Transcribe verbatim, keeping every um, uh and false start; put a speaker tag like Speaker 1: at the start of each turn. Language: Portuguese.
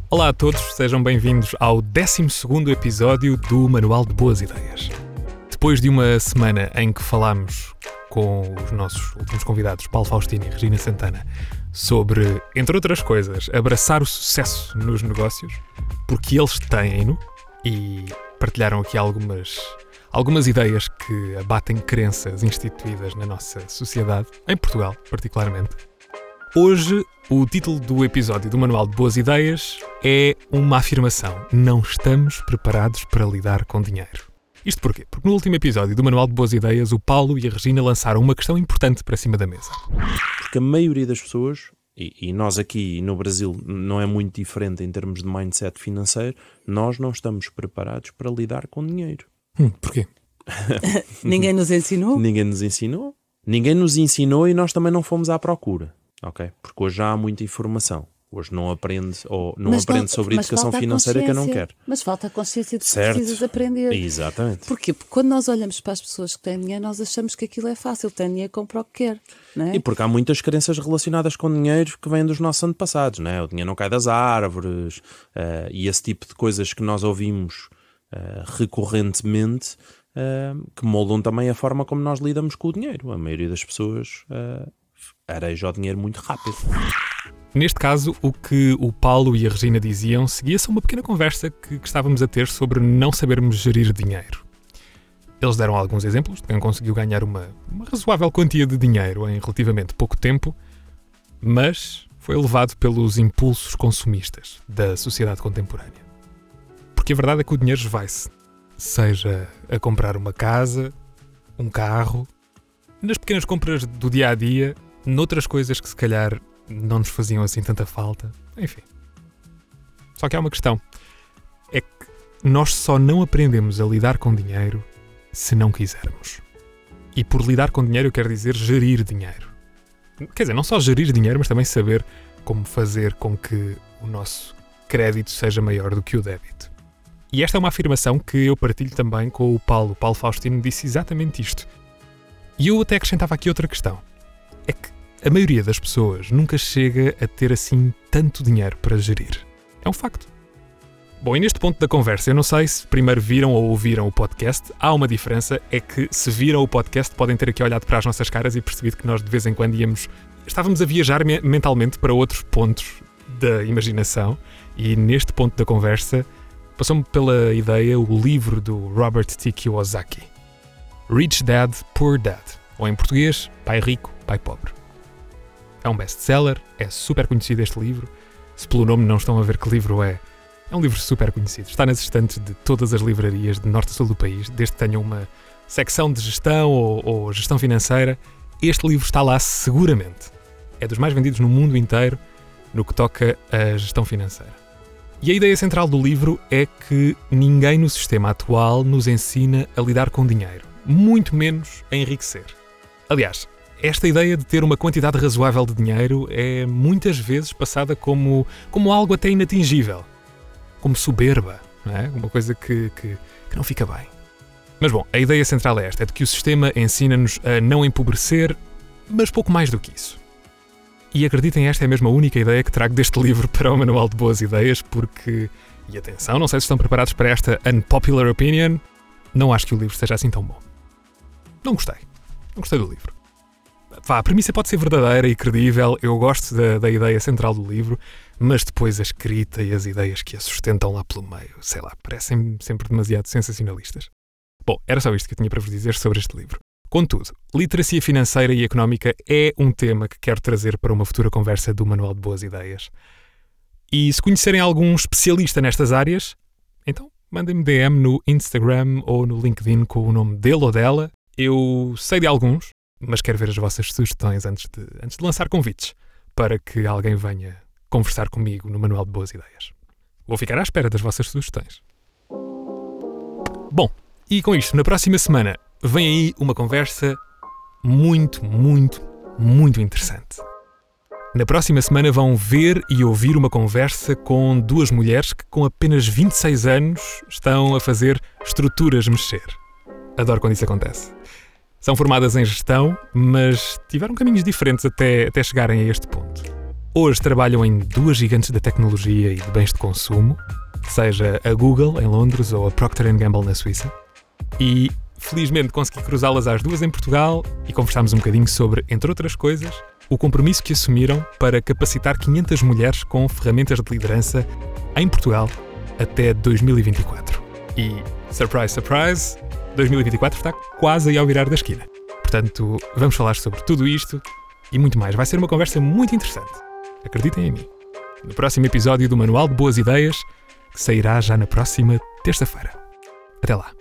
Speaker 1: Olá a todos, sejam bem-vindos ao décimo segundo episódio do Manual de Boas Ideias. Depois de uma semana em que falámos com os nossos últimos convidados, Paulo Faustino e Regina Santana, sobre, entre outras coisas, abraçar o sucesso nos negócios, porque eles têm-no, e partilharam aqui algumas, algumas ideias que abatem crenças instituídas na nossa sociedade, em Portugal particularmente. Hoje, o título do episódio do Manual de Boas Ideias é uma afirmação: não estamos preparados para lidar com dinheiro. Isto porquê? Porque no último episódio do Manual de Boas Ideias, o Paulo e a Regina lançaram uma questão importante para cima da mesa.
Speaker 2: Porque a maioria das pessoas, e, e nós aqui no Brasil não é muito diferente em termos de mindset financeiro, nós não estamos preparados para lidar com dinheiro.
Speaker 1: Hum, porquê?
Speaker 3: Ninguém nos ensinou?
Speaker 2: Ninguém nos ensinou. Ninguém nos ensinou e nós também não fomos à procura. Ok? Porque hoje já há muita informação. Hoje não aprende, ou não
Speaker 3: Mas
Speaker 2: aprende
Speaker 3: não,
Speaker 2: sobre
Speaker 3: mas
Speaker 2: educação financeira que eu não quero.
Speaker 3: Mas falta a consciência de que
Speaker 2: Certo.
Speaker 3: precisas aprender.
Speaker 2: Exatamente.
Speaker 3: Porquê? Porque quando nós olhamos para as pessoas que têm dinheiro, nós achamos que aquilo é fácil. Tem dinheiro, compra o que quer. Não é?
Speaker 2: E porque há muitas crenças relacionadas com dinheiro que vêm dos nossos antepassados, não é? O dinheiro não cai das árvores, uh, e esse tipo de coisas que nós ouvimos uh, recorrentemente, uh, que moldam também a forma como nós lidamos com o dinheiro. A maioria das pessoas uh, areja o dinheiro muito rápido.
Speaker 1: Neste caso, o que o Paulo e a Regina diziam seguia-se a uma pequena conversa que, que estávamos a ter sobre não sabermos gerir dinheiro. Eles deram alguns exemplos de quem conseguiu ganhar uma, uma razoável quantia de dinheiro em relativamente pouco tempo, mas foi levado pelos impulsos consumistas da sociedade contemporânea. Porque a verdade é que o dinheiro esvai-se, seja a comprar uma casa, um carro, nas pequenas compras do dia-a-dia, noutras coisas que se calhar não nos faziam assim tanta falta, enfim. Só que há uma questão, é que nós só não aprendemos a lidar com dinheiro se não quisermos. E por lidar com dinheiro eu quero dizer gerir dinheiro. Quer dizer, não só gerir dinheiro, mas também saber como fazer com que o nosso crédito seja maior do que o débito. E esta é uma afirmação que eu partilho também com o Paulo. O Paulo Faustino disse exatamente isto. E eu até acrescentava aqui outra questão. É que a maioria das pessoas nunca chega a ter assim tanto dinheiro para gerir. É um facto. Bom, e neste ponto da conversa, eu não sei se primeiro viram ou ouviram o podcast. Há uma diferença, é que se viram o podcast podem ter aqui olhado para as nossas caras e percebido que nós de vez em quando íamos... Estávamos a viajar me- mentalmente para outros pontos da imaginação, e neste ponto da conversa passou-me pela ideia o livro do Robert T. Kiyosaki. Rich Dad, Poor Dad. Ou em português, Pai Rico, Pai Pobre. É um best-seller, é super conhecido este livro. Se pelo nome não estão a ver que livro é, é um livro super conhecido. Está nas estantes de todas as livrarias de norte a sul do país, desde que tenham uma secção de gestão ou, ou gestão financeira. Este livro está lá seguramente. É dos mais vendidos no mundo inteiro no que toca à gestão financeira. E a ideia central do livro é que ninguém no sistema atual nos ensina a lidar com dinheiro, muito menos a enriquecer. Aliás, esta ideia de ter uma quantidade razoável de dinheiro é muitas vezes passada como, como algo até inatingível. Como soberba, não é? Uma coisa que, que, que não fica bem. Mas bom, a ideia central é esta, é de que o sistema ensina-nos a não empobrecer, mas pouco mais do que isso. E acreditem, esta é mesmo a única ideia que trago deste livro para o Manual de Boas Ideias, porque, e atenção, não sei se estão preparados para esta unpopular opinion, não acho que o livro seja assim tão bom. Não gostei. Não gostei do livro. Vá, a premissa pode ser verdadeira e credível, eu gosto da, da ideia central do livro, mas depois a escrita e as ideias que a sustentam lá pelo meio, sei lá, parecem sempre demasiado sensacionalistas. Bom, era só isto que eu tinha para vos dizer sobre este livro. Contudo, literacia financeira e económica é um tema que quero trazer para uma futura conversa do Manual de Boas Ideias. E se conhecerem algum especialista nestas áreas, então mandem-me D M no Instagram ou no LinkedIn com o nome dele ou dela. Eu sei de alguns, mas quero ver as vossas sugestões antes de, antes de lançar convites para que alguém venha conversar comigo no Manual de Boas Ideias. Vou ficar à espera das vossas sugestões. Bom, e com isto, na próxima semana vem aí uma conversa muito, muito, muito interessante. Na próxima semana vão ver e ouvir uma conversa com duas mulheres que com apenas vinte e seis anos estão a fazer estruturas mexer. Adoro quando isso acontece. São formadas em gestão, mas tiveram caminhos diferentes até, até chegarem a este ponto. hoje trabalham em duas gigantes da tecnologia e de bens de consumo, seja a Google em Londres ou a Procter and Gamble na Suíça. E felizmente consegui cruzá-las às duas em Portugal e conversámos um bocadinho sobre, entre outras coisas, o compromisso que assumiram para capacitar quinhentas mulheres com ferramentas de liderança em Portugal até dois mil e vinte e quatro. E, surprise, surprise, dois mil e vinte e quatro está quase aí ao virar da esquina. Portanto, vamos falar sobre tudo isto e muito mais. Vai ser uma conversa muito interessante. Acreditem em mim. No próximo episódio do Manual de Boas Ideias, que sairá já na próxima terça-feira. Até lá.